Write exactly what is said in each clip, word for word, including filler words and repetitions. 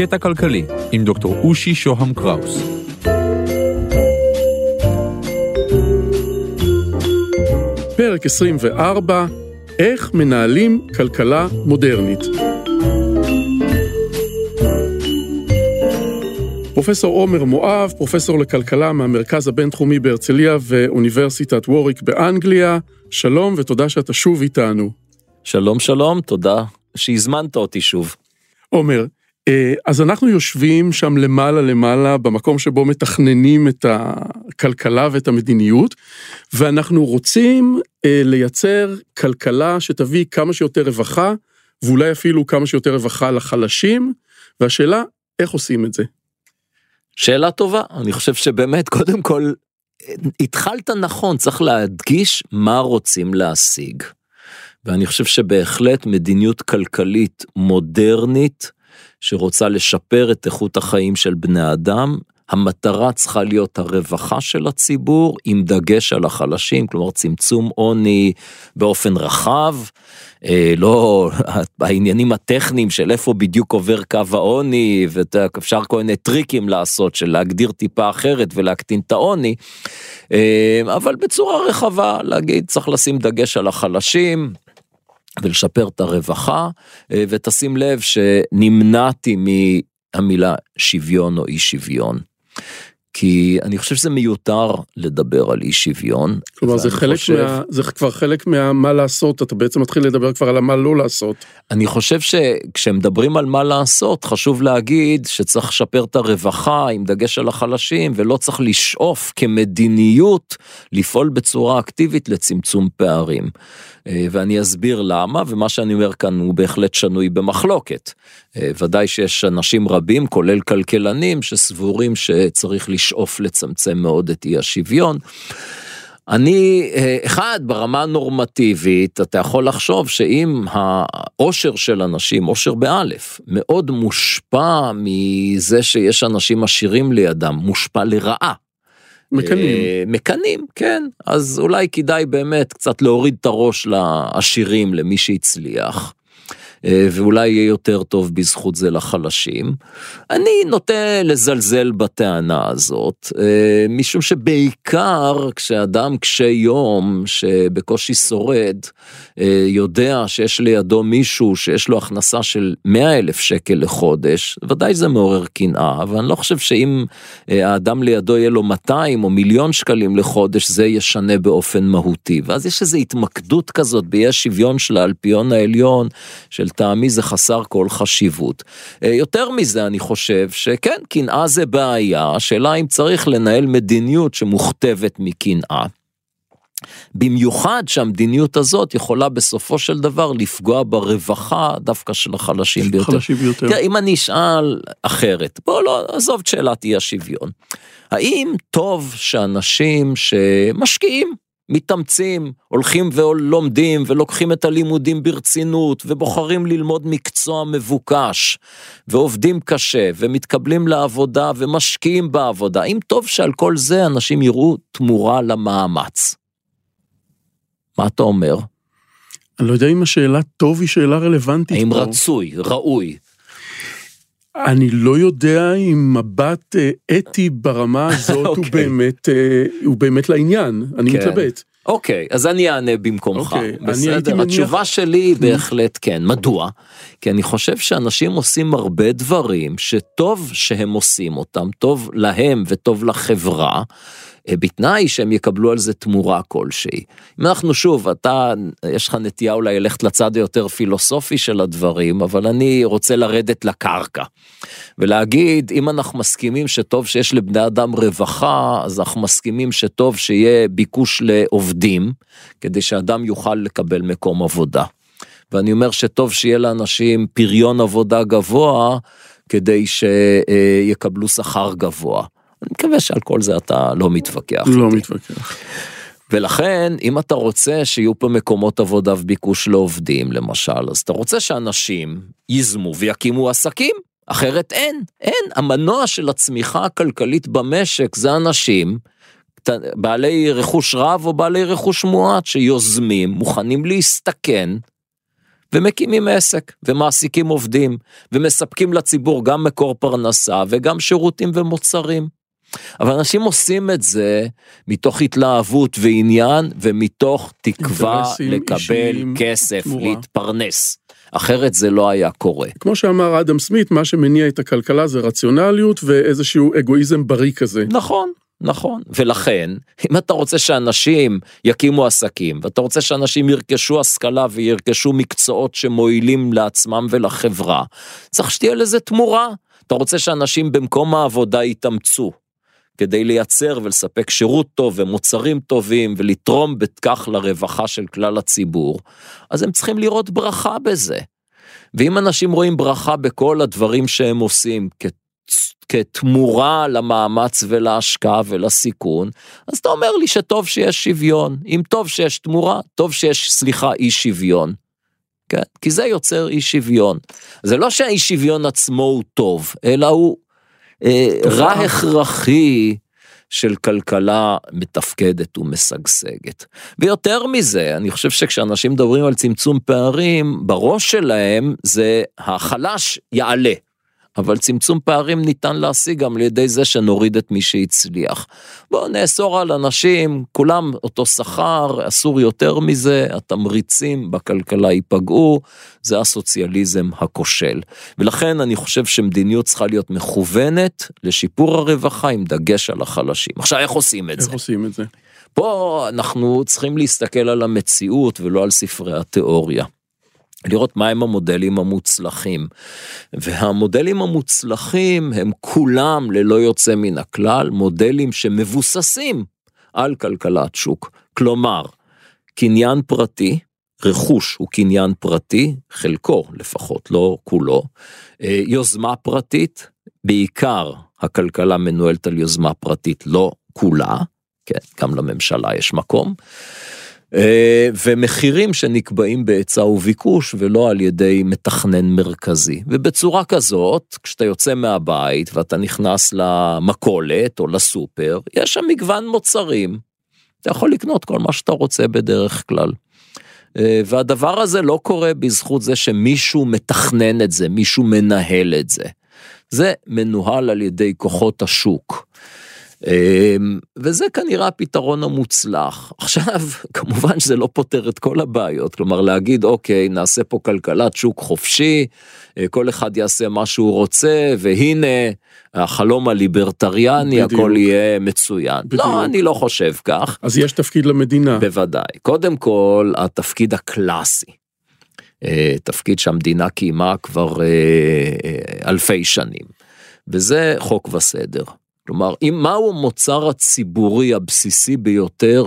קטע כלכלי עם דוקטור אושי שוהם קראוס. פרק עשרים וארבע, איך מנהלים כלכלה מודרנית. פרופסור עומר מואב, פרופסור לכלכלה מהמרכז הבינתחומי בהרצליה ואוניברסיטת ווריק באנגליה. שלום ותודה שאתה שוב איתנו. שלום שלום, תודה שהזמנת אותי שוב. עומר, אז אנחנו יושבים שם למעלה למעלה במקום שבו מתכננים את הכלכלה ואת המדיניות, ואנחנו רוצים לייצר כלכלה שתביא כמה שיותר רווחה, ואולי אפילו כמה שיותר רווחה לחלשים, והשאלה, איך עושים את זה? שאלה טובה, אני חושב שבאמת קודם כל, התחלת נכון, צריך להדגיש מה רוצים להשיג. ואני חושב שבהחלט מדיניות כלכלית מודרנית, שרוצה לשפר את איכות החיים של בני אדם, המטרה צריכה להיות הרווחה של הציבור, עם דגש על החלשים, כלומר צמצום עוני באופן רחב, לא העניינים הטכניים של איפה בדיוק עובר קו העוני, ואפשר כל מיני טריקים לעשות, של להגדיר טיפה אחרת ולהקטין את העוני, אבל בצורה רחבה, להגיד צריך לשים דגש על החלשים, ולשפר את הרווחה, ותשים לב שנמנעתי מהמילה שוויון או אי שוויון, כי אני חושב שזה מיותר לדבר על אי שוויון. כלומר, זה, חלק חושב, מה, זה כבר חלק מה לעשות, אתה בעצם מתחיל לדבר כבר על מה לא לעשות. אני חושב שכשמדברים על מה לעשות, חשוב להגיד שצריך לשפר את הרווחה עם דגש על החלשים, ולא צריך לשאוף כמדיניות לפעול בצורה אקטיבית לצמצום פערים. ואני אסביר למה, ומה שאני אומר כאן הוא בהחלט שנוי במחלוקת. ודאי שיש אנשים רבים, כולל כלכלנים, שסבורים שצריך לשאוף לצמצם מאוד את אי השוויון. אני, אחד, ברמה הנורמטיבית, אתה יכול לחשוב שאם העושר של אנשים, עושר באלף, מאוד מושפע מזה שיש אנשים עשירים לידם, מושפע לרעה. מקנים. מקנים, כן. אז אולי כדאי באמת קצת להוריד את הראש לעשירים, למי שהצליח, ואולי יהיה יותר טוב בזכות זה לחלשים. אני נוטה לזלזל בטענה הזאת, משום שבעיקר כשאדם קשה יום, שבקושי שורד, יודע שיש לידו מישהו שיש לו הכנסה של מאה אלף שקל לחודש, ודאי זה מעורר קנאה, אבל אני לא חושב שאם האדם לידו יהיה לו מאתיים או מיליון שקלים לחודש, זה ישנה באופן מהותי. ואז יש איזו התמקדות כזאת באי שוויון של האלפיון העליון, של טעמי זה חסר כל חשיבות. יותר מזה אני חושב שכן, קנאה זה בעיה, השאלה אם צריך לנהל מדיניות שמוכתבת מקנאה. במיוחד שהמדיניות הזאת יכולה בסופו של דבר לפגוע ברווחה דווקא של החלשים ביותר. חלשים ביותר. כן, אם אני אשאל אחרת, בוא לא, עזוב את שאלת אי השוויון. האם טוב שאנשים שמשקיעים, מתאמצים, הולכים ולומדים ולוקחים את הלימודים ברצינות ובוחרים ללמוד מקצוע מבוקש ועובדים קשה ומתקבלים לעבודה ומשקיעים בעבודה, אם טוב שעל כל זה אנשים יראו תמורה למאמץ. מה אתה אומר? אני לא יודע אם השאלה טוב היא שאלה רלוונטית. האם רצוי, ראוי? אני לא יודע אם מבט אתי ברמה הזאת הוא באמת, הוא באמת לעניין, אני מתלבט. אוקיי, אז אני אענה במקומך. אוקיי, בסדר, התשובה שלי בהחלט כן. מדוע? כי אני חושב שאנשים עושים הרבה דברים שטוב שהם עושים אותם, טוב להם וטוב לחברה, בתנאי שהם יקבלו על זה תמורה כלשהי. אם אנחנו שוב, אתה, יש לך נטייה אולי ללכת לצד היותר פילוסופי של הדברים, אבל אני רוצה לרדת לקרקע, ולהגיד, אם אנחנו מסכימים שטוב שיש לבני אדם רווחה, אז אנחנו מסכימים שטוב שיהיה ביקוש לעובדים, כדי שאדם יוכל לקבל מקום עבודה. ואני אומר שטוב שיהיה לאנשים פריון עבודה גבוה, כדי שיקבלו שכר גבוה. אני מקווה שעל כל זה אתה לא מתווכח. לא מתווכח. ולכן, אם אתה רוצה שיהיו פה מקומות עבודה וביקוש לעובדים, למשל, אז אתה רוצה שאנשים יזמו ויקימו עסקים, אחרת אין, אין. המנוע של הצמיחה הכלכלית במשק זה אנשים, בעלי רכוש רב או בעלי רכוש מועט, שיוזמים, מוכנים להסתכן, ומקימים עסק, ומעסיקים עובדים, ומספקים לציבור גם מקור פרנסה, וגם שירותים ומוצרים. אבל אנשים עושים את זה מתוך התלהבות ועניין, ומתוך תקווה לקבל אישיים, כסף, תמורה. להתפרנס. אחרת זה לא היה קורה. כמו שאמר אדם סמית, מה שמניע את הכלכלה זה רציונליות, ואיזשהו אגואיזם בריא כזה. נכון. נכון, ולכן, אם אתה רוצה שאנשים יקימו עסקים, ואתה רוצה שאנשים ירכשו השכלה וירכשו מקצועות שמועילים לעצמם ולחברה, צריך שתהיה לזה תמורה. אתה רוצה שאנשים במקום העבודה יתאמצו, כדי לייצר ולספק שירות טוב ומוצרים טובים, ולתרום בכך לרווחה של כלל הציבור, אז הם צריכים לראות ברכה בזה. ואם אנשים רואים ברכה בכל הדברים שהם עושים, כתוב, כתמורה למאמץ ולהשקעה ולסיכון, אז אתה אומר לי שטוב שיש שוויון, אם טוב שיש תמורה, טוב שיש, סליחה, אי שוויון, כן? כי זה יוצר אי שוויון. זה לא שהאי שוויון עצמו הוא טוב, אלא הוא אה, רע הכרחי של כלכלה מתפקדת ומשגשגת. ויותר מזה, אני חושב שכשאנשים מדברים על צמצום פערים, בראש שלהם זה החלש יעלה. אבל צמצום פערים ניתן להשיג גם על ידי זה שנוריד את מי שהצליח. בואו נאסור על אנשים, כולם אותו שכר, אסור יותר מזה, התמריצים בכלכלה ייפגעו, זה הסוציאליזם הכושל. ולכן אני חושב שמדיניות צריכה להיות מכוונת לשיפור הרווחה עם דגש על החלשים. עכשיו, איך עושים את איך זה? איך עושים את זה? פה אנחנו צריכים להסתכל על המציאות ולא על ספרי התיאוריה. לראות מהם המודלים המוצלחים, והמודלים המוצלחים הם כולם ללא יוצא מן הכלל, מודלים שמבוססים על כלכלת שוק, כלומר, קניין פרטי, רכוש הוא קניין פרטי, חלקו לפחות, לא כולו, יוזמה פרטית, בעיקר הכלכלה מנוהלת על יוזמה פרטית, לא כולה, כן, גם לממשלה יש מקום, ומחירים שנקבעים בהיצע וביקוש ולא על ידי מתכנן מרכזי. ובצורה כזאת, כשאתה יוצא מהבית ואתה נכנס למכולת או לסופר, יש שם מגוון מוצרים. אתה יכול לקנות כל מה שאתה רוצה בדרך כלל. והדבר הזה לא קורה בזכות זה שמישהו מתכנן את זה, מישהו מנהל את זה. זה מנוהל על ידי כוחות השוק. וזה כנראה הפתרון המוצלח. עכשיו, כמובן שזה לא פותר את כל הבעיות, כלומר להגיד, אוקיי, נעשה פה כלכלת שוק חופשי, כל אחד יעשה מה שהוא רוצה, והנה, החלום הליברטריאני, בדיוק. הכל יהיה מצוין. בדיוק. לא, אני לא חושב כך. אז יש תפקיד למדינה. בוודאי. קודם כל, התפקיד הקלאסי, תפקיד שהמדינה קיימה כבר אלפי שנים, וזה חוק וסדר. כלומר, אם מהו המוצר הציבורי הבסיסי ביותר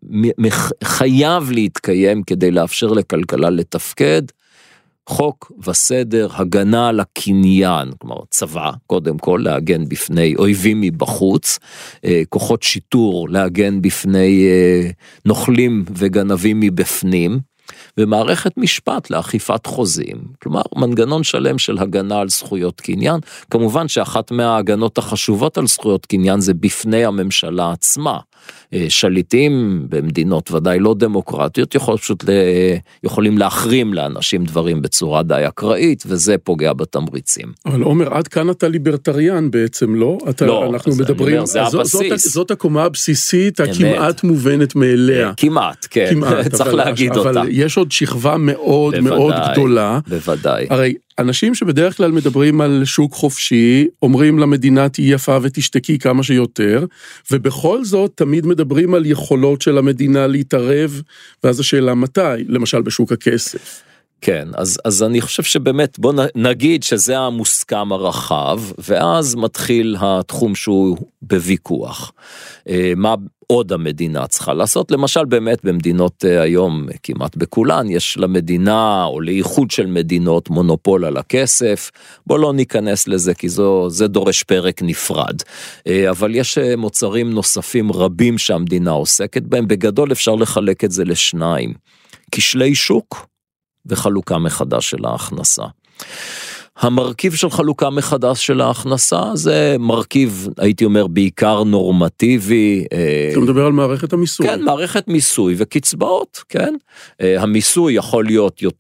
שחייב להתקיים כדי לאפשר לכלכלה לתפקד, חוק וסדר, הגנה על הקניין, כלומר צבא, קודם כל להגן בפני אויבים מבחוץ, כוחות שיטור להגן בפני נוכלים וגנבים מבפנים, ומערכת משפט לאכיפת חוזים, כלומר מנגנון שלם של הגנה על זכויות קניין, כמובן שאחת מההגנות החשובות על זכויות קניין זה בפני הממשלה עצמה, שליטים במדינות ודאי לא דמוקרטיות, יכול, פשוט ל, יכולים להחרים לאנשים דברים בצורה די אקראית, וזה פוגע בתמריצים. אבל עומר, עד כאן אתה ליברטריאן בעצם, לא? אתה, לא, אנחנו מדברים, אומר, זה זאת, הבסיס. זאת, זאת הקומה הבסיסית, הכמעט מובנת מאליה. כמעט, כן, כמעט, צריך אבל, להגיד אבל אותה. אבל יש עוד שכבה מאוד בוודאי, מאוד גדולה. בוודאי. הרי אנשים שבדרך כלל מדברים על שוק חופשי, אומרים למדינה תהי יפה ותשתקי כמה שיותר, ובכל זאת תמיד מדברים על יכולות של המדינה להתערב, ואז השאלה מתי, למשל בשוק הכסף. כן, אז, אז אני חושב שבאמת, בוא נגיד שזה המוסכם הרחב, ואז מתחיל התחום שהוא בוויכוח. מה עוד המדינה צריכה לעשות? למשל באמת במדינות היום, כמעט בכולן, יש למדינה או לאיחוד של מדינות מונופול על הכסף, בוא לא ניכנס לזה כי זו, זה דורש פרק נפרד. אבל יש מוצרים נוספים רבים שהמדינה עוסקת בהם, בגדול אפשר לחלק את זה לשניים. כשלי שוק, וחלוקה מחדש של ההכנסה. המרכיב של חלוקה מחדש של ההכנסה, זה מרכיב, הייתי אומר, בעיקר נורמטיבי. אתה מדבר על מערכת המיסוי. כן, מערכת מיסוי וקצבאות, כן. המיסוי יכול להיות יותר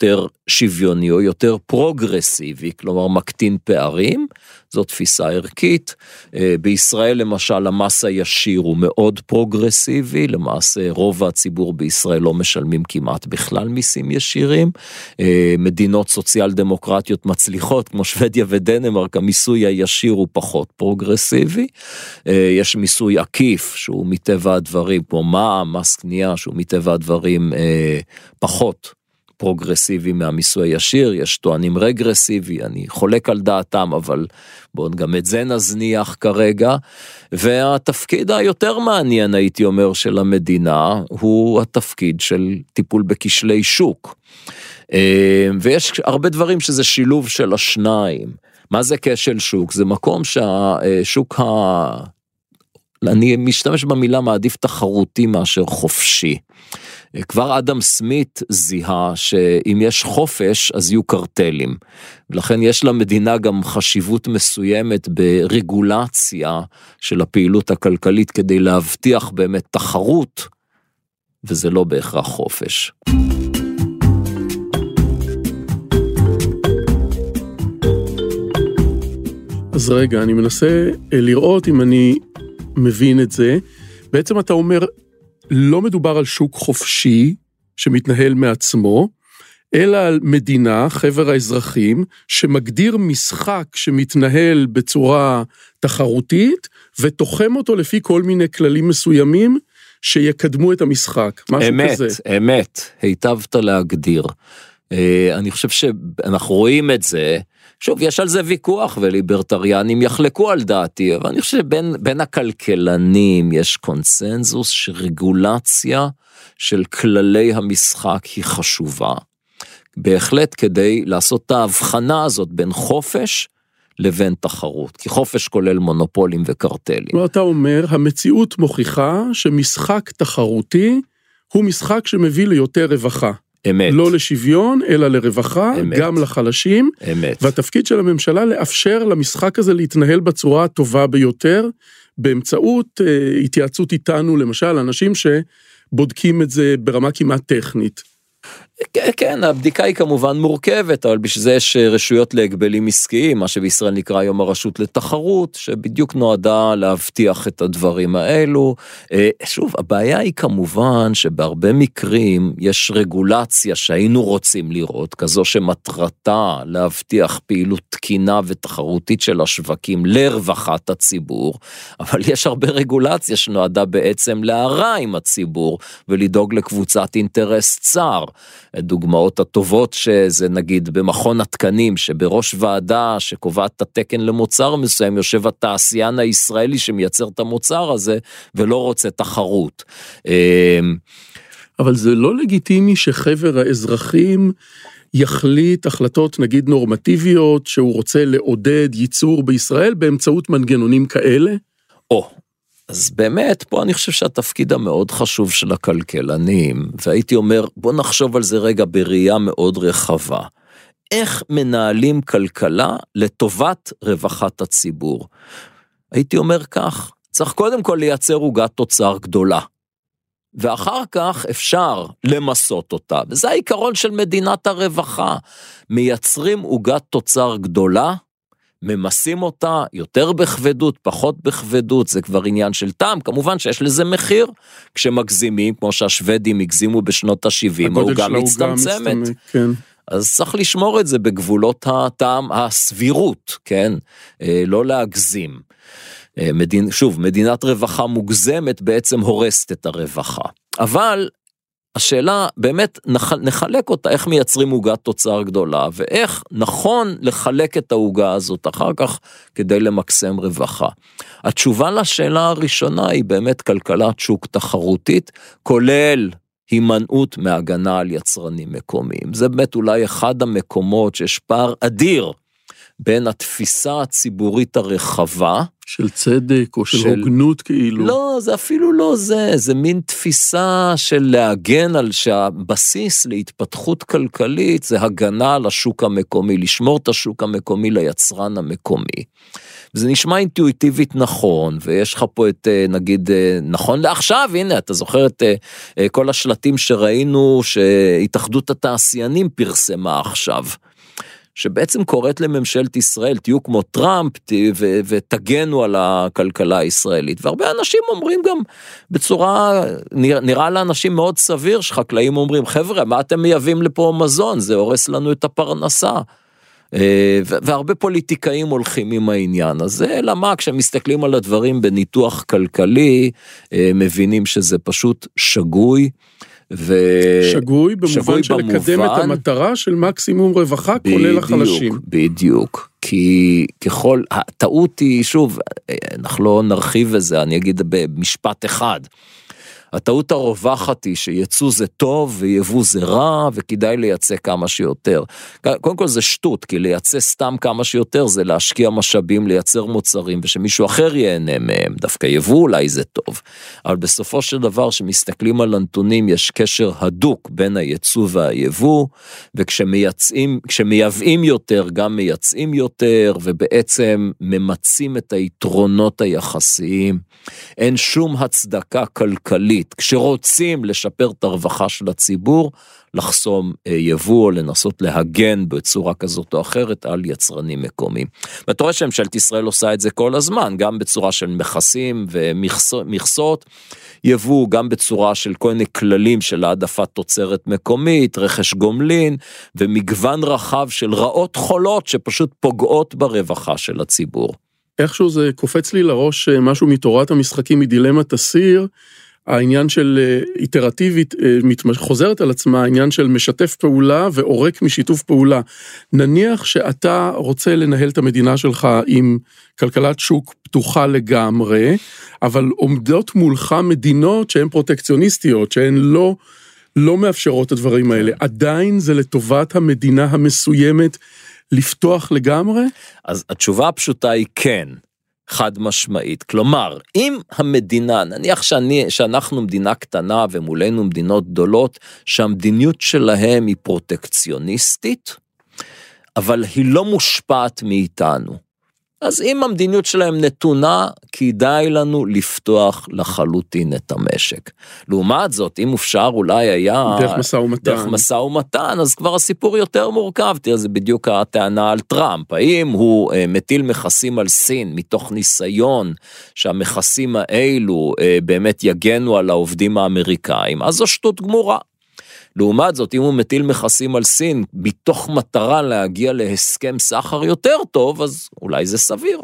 שוויוני או יותר פרוגרסיבי, כלומר מקטין פערים, זו תפיסה ערכית. בישראל למשל המס הישיר הוא מאוד פרוגרסיבי, למעשה רוב הציבור בישראל לא משלמים כמעט בכלל מיסים ישירים, מדינות סוציאל דמוקרטיות מצליחות כמו שוודיה ודנמרק, המיסוי הישיר הוא פחות פרוגרסיבי, יש מיסוי עקיף שהוא מטבע הדברים, כמו מע"מ, מס קנייה שהוא מטבע הדברים פחות פרוגרסיבי מהמיסוי הישיר, יש טוענים רגרסיבי, אני חולק על דעתם, אבל בואו גם את זה נזניח כרגע, והתפקיד היותר מעניין, הייתי אומר, של המדינה, הוא התפקיד של טיפול בכשלי שוק, ויש הרבה דברים שזה שילוב של השניים. מה זה כשל שוק? זה מקום שהשוק ה... אני משתמש במילה מעדיף תחרותי מאשר חופשי. כבר אדם סמית זיהה שאם יש חופש אז יהיו קרטלים, ולכן יש למדינה גם חשיבות מסוימת ברגולציה של הפעילות הכלכלית כדי להבטיח באמת תחרות, וזה לא בהכרח חופש. אז רגע, אני מנסה לראות אם אני מבין את זה. בעצם אתה אומר, לא מדובר על שוק חופשי שמתנהל מעצמו, אלא על מדינה, חבר האזרחים, שמגדיר משחק שמתנהל בצורה תחרותית, ותוחם אותו לפי כל מיני כללים מסוימים שיקדמו את המשחק. משהו אמת, כזה. אמת, היטבת להגדיר. אני חושב שאנחנו רואים את זה, שוב, יש על זה ויכוח, וליברטריאנים יחלקו על דעתי, אבל אני חושב שבין בין הכלכלנים יש קונסנזוס שרגולציה של כללי המשחק היא חשובה. בהחלט כדי לעשות את ההבחנה הזאת בין חופש לבין תחרות, כי חופש כולל מונופולים וקרטלים. לא, אתה אומר, המציאות מוכיחה שמשחק תחרותי הוא משחק שמביא ליותר רווחה. אמת. לא לשוויון, אלא לרווחה, אמת. גם לחלשים. אמת. והתפקיד של הממשלה לאפשר למשחק הזה להתנהל בצורה הטובה ביותר, באמצעות אה, התייעצות איתנו, למשל, אנשים שבודקים את זה ברמה כמעט טכנית. כן, הבדיקה היא כמובן מורכבת, אבל בשביל זה יש רשויות להגבלים עסקיים, מה שבישראל נקרא היום הרשות לתחרות, שבדיוק נועדה להבטיח את הדברים האלו. שוב, הבעיה היא כמובן שבהרבה מקרים יש רגולציה שהיינו רוצים לראות, כזו שמטרתה להבטיח פעילות תקינה ותחרותית של השווקים לרווחת הציבור, אבל יש הרבה רגולציה שנועדה בעצם להרע עם הציבור, ולדאוג לקבוצת אינטרס צר. דוגמאות הטובות שזה נגיד במכון התקנים, שבראש ועדה שקובעת את התקן למוצר מסוים, יושב התעשיין הישראלי שמייצר את המוצר הזה, ולא רוצה תחרות. אבל זה לא לגיטימי שחבר האזרחים יחליט החלטות נגיד נורמטיביות, שהוא רוצה לעודד ייצור בישראל באמצעות מנגנונים כאלה? או, אז באמת, פה אני חושב שהתפקיד המאוד חשוב של הכלכלנים, והייתי אומר, בוא נחשוב על זה רגע בראייה מאוד רחבה. איך מנהלים כלכלה לטובת רווחת הציבור? הייתי אומר כך, צריך קודם כל לייצר עוגת תוצר גדולה, ואחר כך אפשר למסות אותה, וזה העיקרון של מדינת הרווחה. מייצרים עוגת תוצר גדולה, ממסים אותה יותר בכבדות, פחות בכבדות, זה כבר עניין של טעם, כמובן שיש לזה מחיר, כשמגזימים, כמו שהשוודים הגזימו בשנות ה-שבעים, הוא גם מצטמצמת, כן. אז צריך לשמור את זה בגבולות הטעם, הסבירות, כן, לא להגזים. מדין, שוב, מדינת רווחה מוגזמת בעצם הורסת את הרווחה, אבל השאלה באמת נחלק אותה, איך מייצרים עוגת תוצר גדולה, ואיך נכון לחלק את העוגה הזאת אחר כך כדי למקסם רווחה. התשובה לשאלה הראשונה היא באמת כלכלת שוק תחרותית, כולל הימנעות מהגנה על יצרנים מקומיים. זה באמת אולי אחד המקומות שיש פער אדיר בין התפיסה הציבורית הרחבה, של צדק או של, של הוגנות כאילו. לא, זה אפילו לא זה, זה מין תפיסה של להגן על שהבסיס להתפתחות כלכלית, זה הגנה על השוק המקומי, לשמור את השוק המקומי ליצרן המקומי. זה נשמע אינטואיטיבית נכון, ויש לך פה את, נגיד, נכון לעכשיו, הנה, אתה זוכר את כל השלטים שראינו, שהתאחדות התעשיינים פרסמה עכשיו, שבעצם קוראת לממשלת ישראל, תהיו כמו טראמפ, ו- ותגנו על הכלכלה הישראלית, והרבה אנשים אומרים גם בצורה, נראה, נראה לאנשים מאוד סביר, שחקלאים אומרים, חבר'ה, מה אתם מייבאים לפה מזון? זה הורס לנו את הפרנסה. והרבה פוליטיקאים הולכים עם העניין הזה, אלא מה, כשמסתכלים על הדברים בניתוח כלכלי, מבינים שזה פשוט שגוי, ו... שגוי במובן של לקדם את המטרה של מקסימום רווחה, כולל החלשים. בדיוק, כי ככל, הטעות היא, שוב, אנחנו לא נרחיב בזה, אני אגיד במשפט אחד, הטעות הרווחת היא שיצוא זה טוב ויבוא זה רע וכדאי לייצא כמה שיותר. קודם כל זה שטות, כי לייצא סתם כמה שיותר זה להשקיע משאבים, לייצר מוצרים ושמישהו אחר ייהנה מהם, דווקא יבוא אולי זה טוב. אבל בסופו של דבר שמסתכלים על הנתונים יש קשר הדוק בין הייצוא והיבוא, וכשמייצאים, כשמייבאים יותר גם מייצאים יותר ובעצם ממצים את היתרונות היחסיים. אין שום הצדקה כלכלית כשרוצים לשפר את הרווחה של הציבור, לחסום יבוא או לנסות להגן בצורה כזאת או אחרת על יצרנים מקומיים. ואתה רואה שממשלת ישראל עושה את זה כל הזמן, גם בצורה של מכסים ומכסות, יבוא גם בצורה של כל מיני כללים של העדפת תוצרת מקומית, רכש גומלין, ומגוון רחב של רעות חולות שפשוט פוגעות ברווחה של הציבור. איכשהו זה קופץ לי לראש משהו מתורת המשחקים מדילמת הסיר, העניין של איטרטיבית חוזרת על עצמה, העניין של משתף פעולה ועורק משיתוף פעולה. נניח שאתה רוצה לנהל את המדינה שלך עם כלכלת שוק פתוחה לגמרי, אבל עומדות מולך מדינות שהן פרוטקציוניסטיות, שהן לא, לא מאפשרות את הדברים האלה. עדיין זה לטובת המדינה המסוימת לפתוח לגמרי? אז התשובה הפשוטה היא כן. חד משמעית, כלומר, אם המדינה, נניח שאני, שאנחנו מדינה קטנה ומולנו מדינות גדולות, שהמדיניות שלהם היא פרוטקציוניסטית, אבל היא לא מושפעת מאיתנו. אז אם המדיניות שלהם נתונה, כדאי לנו לפתוח לחלוטין את המשק. לעומת זאת, אם אפשר אולי היה... דרך מסע ומתן. דרך מסע ומתן, אז כבר הסיפור יותר מורכב. תראה, זה בדיוק הטענה על טראמפ. האם הוא אה, מטיל מכסים על סין, מתוך ניסיון שהמכסים האלו אה, באמת יגנו על העובדים האמריקאים, אז זו שטות גמורה. לעומת זאת, אם הוא מטיל מכסים על סין, בתוך מטרה להגיע להסכם סחר יותר טוב, אז אולי זה סביר.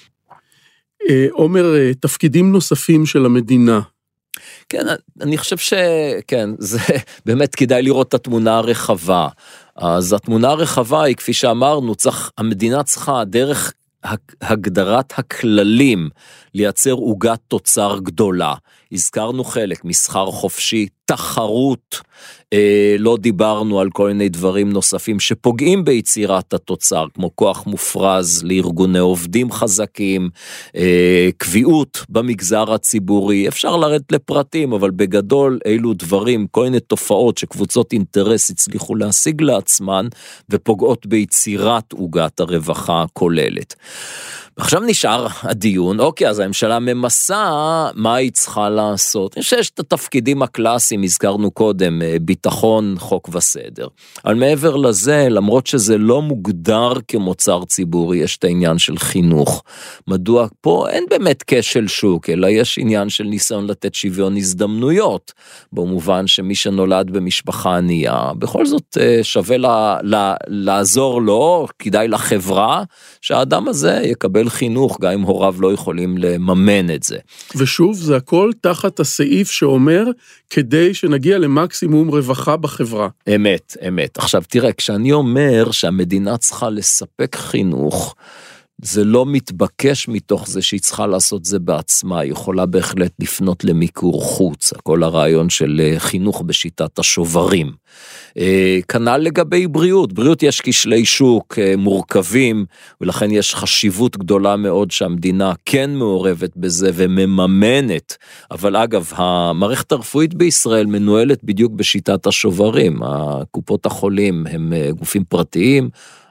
עומר, תפקידים נוספים של המדינה. כן, אני חושב שכן, זה באמת כדאי לראות את התמונה הרחבה. אז התמונה הרחבה היא, כפי שאמרנו, צריך, המדינה צריכה דרך הגדרת הכללים לייצר עוגת תוצר גדולה. הזכרנו חלק, מסחר חופשי, תחרות, אה, לא דיברנו על כל מיני דברים נוספים שפוגעים ביצירת התוצר, כמו כוח מופרז לארגוני עובדים חזקים, אה, קביעות במגזר הציבורי, אפשר לרדת לפרטים, אבל בגדול אילו דברים, כל מיני תופעות שקבוצות אינטרס הצליחו להשיג לעצמן, ופוגעות ביצירת עוגת הרווחה הכוללת. עכשיו נשאר הדיון, אוקיי, אז הממשלה ממסה, מה היא צריכה לעשות? אני חושב שיש את התפקידים הקלאסיים, הזכרנו קודם, ביטחון, חוק וסדר. אבל מעבר לזה, למרות שזה לא מוגדר כמוצר ציבורי, יש את העניין של חינוך. מדוע פה אין באמת כשל שוק, אלא יש עניין של ניסיון לתת שוויון הזדמנויות, במובן שמי שנולד במשפחה ענייה, בכל זאת שווה לה, לה, לעזור לו, כדאי לחברה, שהאדם הזה יקבל חינוך, גם אם הוריו לא יכולים לממן את זה. ושוב, זה הכל תחת הסעיף שאומר, כדי שנגיע למקסימום רווחה בחברה. אמת, אמת. עכשיו תראה, כשאני אומר שהמדינה צריכה לספק חינוך, זה לא מתבקש מתוך זה שהיא צריכה לעשות זה בעצמה, היא יכולה בהחלט לפנות למיקור חוץ, כל הרעיון של חינוך בשיטת השוברים. כנ"ל לגבי בריאות, בריאות יש כשלי שוק מורכבים, ולכן יש חשיבות גדולה מאוד שהמדינה כן מעורבת בזה ומממנת, אבל אגב, המערכת הרפואית בישראל מנוהלת בדיוק בשיטת השוברים, הקופות החולים הם גופים פרטיים,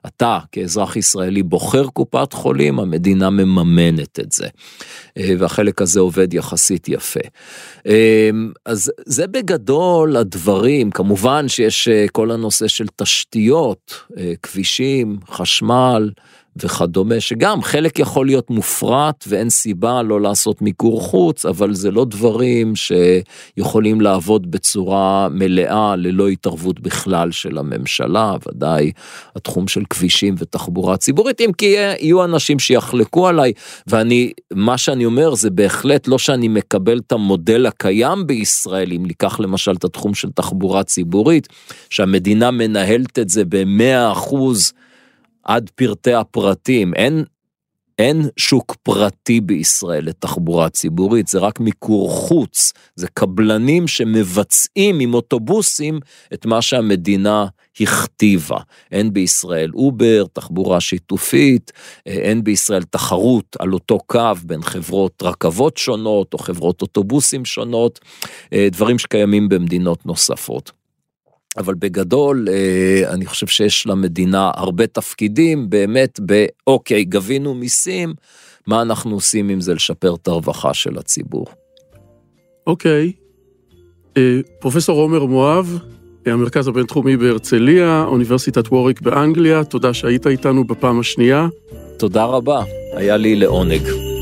אתה כאזרח ישראלי בוחר קופת חולים, המדינה מממנת את זה, והחלק הזה עובד יחסית יפה. אז זה בגדול הדברים, כמובן שיש כל הנושא של תשתיות, כבישים, חשמל וכדומה, שגם חלק יכול להיות מופרט ואין סיבה לא לעשות מיקור חוץ, אבל זה לא דברים שיכולים לעבוד בצורה מלאה ללא התערבות בכלל של הממשלה, ודאי התחום של כבישים ותחבורה ציבורית, אם כי יהיו אנשים שיחלקו עליי, ואני, מה שאני אומר זה בהחלט לא שאני מקבל את המודל הקיים בישראל, אם ניקח למשל את התחום של תחבורה ציבורית, שהמדינה מנהלת את זה ב-מאה אחוז, עד פרטי הפרטים, אין, אין שוק פרטי בישראל לתחבורה ציבורית, זה רק מיקור חוץ, זה קבלנים שמבצעים עם אוטובוסים את מה שהמדינה הכתיבה. אין בישראל אובר, תחבורה שיתופית, אין בישראל תחרות על אותו קו בין חברות רכבות שונות או חברות אוטובוסים שונות, דברים שקיימים במדינות נוספות. אבל בגדול, אני חושב שיש למדינה הרבה תפקידים, באמת באוקיי, גבינו מיסים, מה אנחנו עושים עם זה לשפר את הרווחה של הציבור? אוקיי, פרופסור עומר מואב, המרכז הבינתחומי בהרצליה, אוניברסיטת ווריק באנגליה, תודה שהיית איתנו בפעם השנייה. תודה רבה, היה לי לעונג.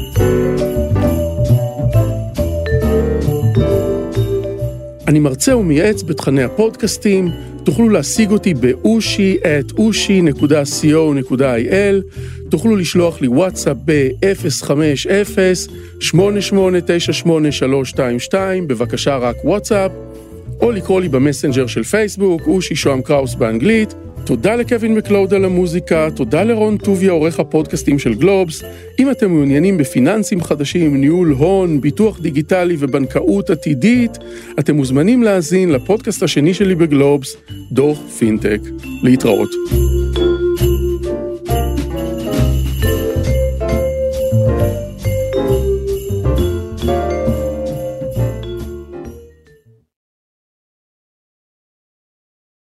אני מרצה ומייעץ בתכני הפודקאסטים, תוכלו להשיג אותי ב-אושי את אושי נקודה סי או נקודה איי אל, תוכלו לשלוח לי וואטסאפ ב-אפס חמש אפס שמונה שמונה תשע שמונה שלוש שתיים שתיים, בבקשה רק וואטסאפ, או לקרוא לי במסנג'ר של פייסבוק, אושי שוהם קראוס באנגלית. תודה לקווין מקלוד על המוזיקה, תודה לרון טוביה, עורך הפודקאסטים של גלובס. אם אתם מעוניינים בפיננסים חדשים, ניהול הון, ביטוח דיגיטלי ובנקאות עתידית, אתם מוזמנים להאזין לפודקאסט השני שלי בגלובס, דוח פינטק. להתראות.